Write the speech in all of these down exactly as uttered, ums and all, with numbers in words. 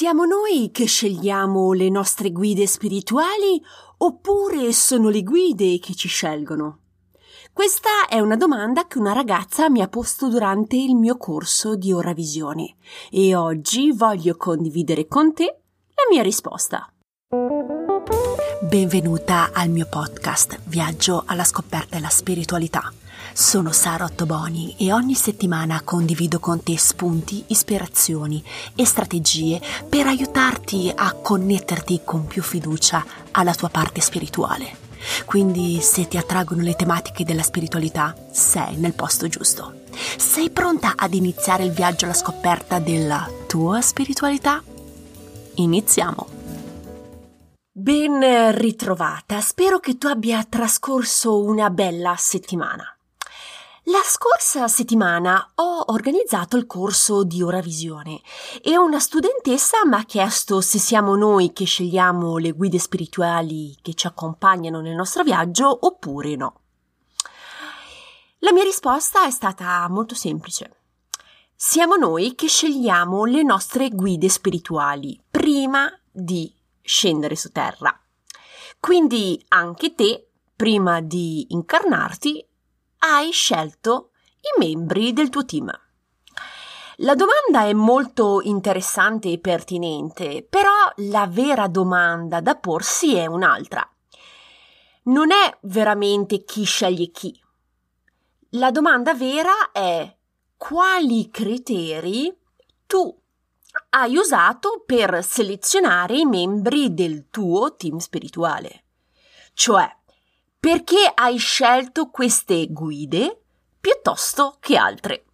Siamo noi che scegliamo le nostre guide spirituali oppure sono le guide che ci scelgono? Questa è una domanda che una ragazza mi ha posto durante il mio corso di Oravisione e oggi voglio condividere con te la mia risposta. Benvenuta al mio podcast Viaggio alla scoperta della spiritualità. Sono Sara Ottoboni e ogni settimana condivido con te spunti, ispirazioni e strategie per aiutarti a connetterti con più fiducia alla tua parte spirituale. Quindi se ti attraggono le tematiche della spiritualità, sei nel posto giusto. Sei pronta ad iniziare il viaggio alla scoperta della tua spiritualità? Iniziamo! Ben ritrovata, spero che tu abbia trascorso una bella settimana. La scorsa settimana ho organizzato il corso di Oravisione e una studentessa mi ha chiesto se siamo noi che scegliamo le guide spirituali che ci accompagnano nel nostro viaggio oppure no. La mia risposta è stata molto semplice. Siamo noi che scegliamo le nostre guide spirituali prima di scendere su terra. Quindi anche te, prima di incarnarti, hai scelto i membri del tuo team. La domanda è molto interessante e pertinente, però la vera domanda da porsi è un'altra. Non è veramente chi sceglie chi. La domanda vera è quali criteri tu hai usato per selezionare i membri del tuo team spirituale. Cioè, perché hai scelto queste guide piuttosto che altre?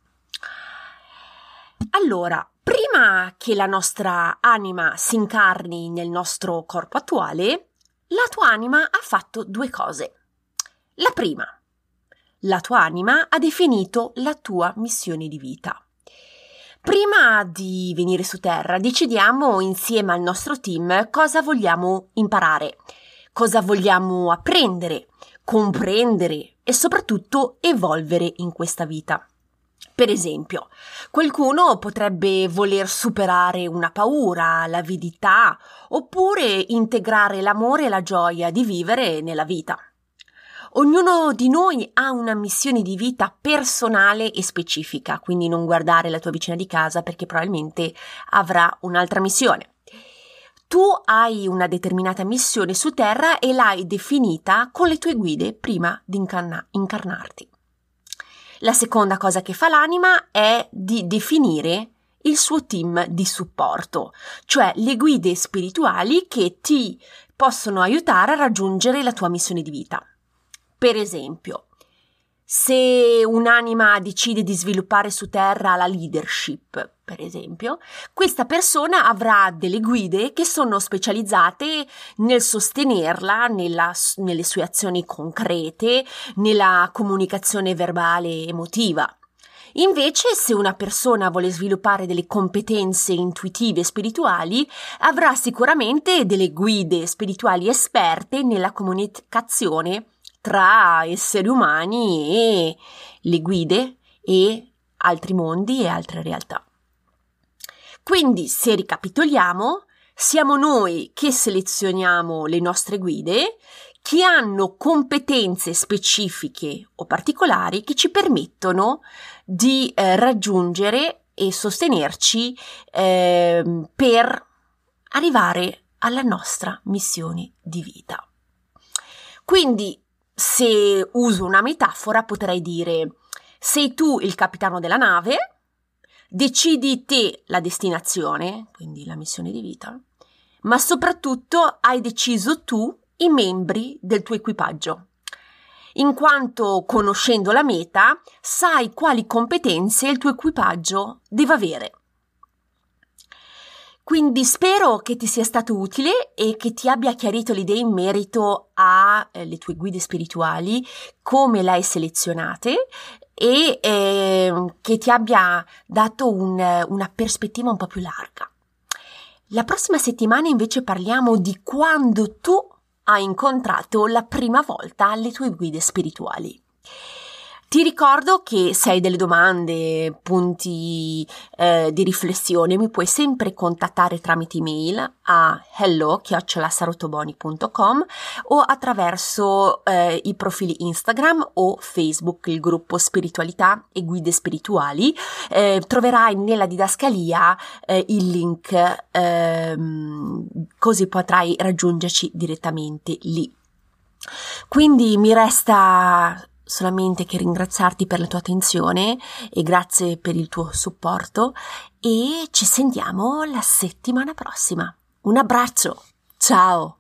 Allora, prima che la nostra anima si incarni nel nostro corpo attuale, la tua anima ha fatto due cose. La prima, la tua anima ha definito la tua missione di vita. Prima di venire su Terra, decidiamo insieme al nostro team cosa vogliamo imparare, cosa vogliamo apprendere, comprendere e soprattutto evolvere in questa vita. Per esempio, qualcuno potrebbe voler superare una paura, l'avidità, oppure integrare l'amore e la gioia di vivere nella vita. Ognuno di noi ha una missione di vita personale e specifica, quindi non guardare la tua vicina di casa perché probabilmente avrà un'altra missione. Tu hai una determinata missione su Terra e l'hai definita con le tue guide prima di incarna- incarnarti. La seconda cosa che fa l'anima è di definire il suo team di supporto, cioè le guide spirituali che ti possono aiutare a raggiungere la tua missione di vita. Per esempio, se un'anima decide di sviluppare su Terra la leadership, per esempio, questa persona avrà delle guide che sono specializzate nel sostenerla nella, nelle sue azioni concrete, nella comunicazione verbale e emotiva. Invece, se una persona vuole sviluppare delle competenze intuitive e spirituali, avrà sicuramente delle guide spirituali esperte nella comunicazione tra esseri umani e le guide e altri mondi e altre realtà. Quindi, se ricapitoliamo, siamo noi che selezioniamo le nostre guide che hanno competenze specifiche o particolari che ci permettono di eh, raggiungere e sostenerci eh, per arrivare alla nostra missione di vita. Quindi, se uso una metafora, potrei dire: sei tu il capitano della nave, decidi te la destinazione, quindi la missione di vita, ma soprattutto hai deciso tu i membri del tuo equipaggio, in quanto, conoscendo la meta, sai quali competenze il tuo equipaggio deve avere. Quindi spero che ti sia stato utile e che ti abbia chiarito le idee in merito alle eh, tue guide spirituali, come le hai selezionate e eh, che ti abbia dato un, una prospettiva un po' più larga. La prossima settimana invece parliamo di quando tu hai incontrato la prima volta le tue guide spirituali. Ti ricordo che se hai delle domande, punti eh, di riflessione, mi puoi sempre contattare tramite email a hello chiocciola sarotoboni punto com o attraverso eh, i profili Instagram o Facebook, il gruppo Spiritualità e Guide Spirituali. Eh, troverai nella didascalia eh, il link, ehm, così potrai raggiungerci direttamente lì. Quindi mi resta solamente che ringraziarti per la tua attenzione e grazie per il tuo supporto e ci sentiamo la settimana prossima. Un abbraccio, ciao!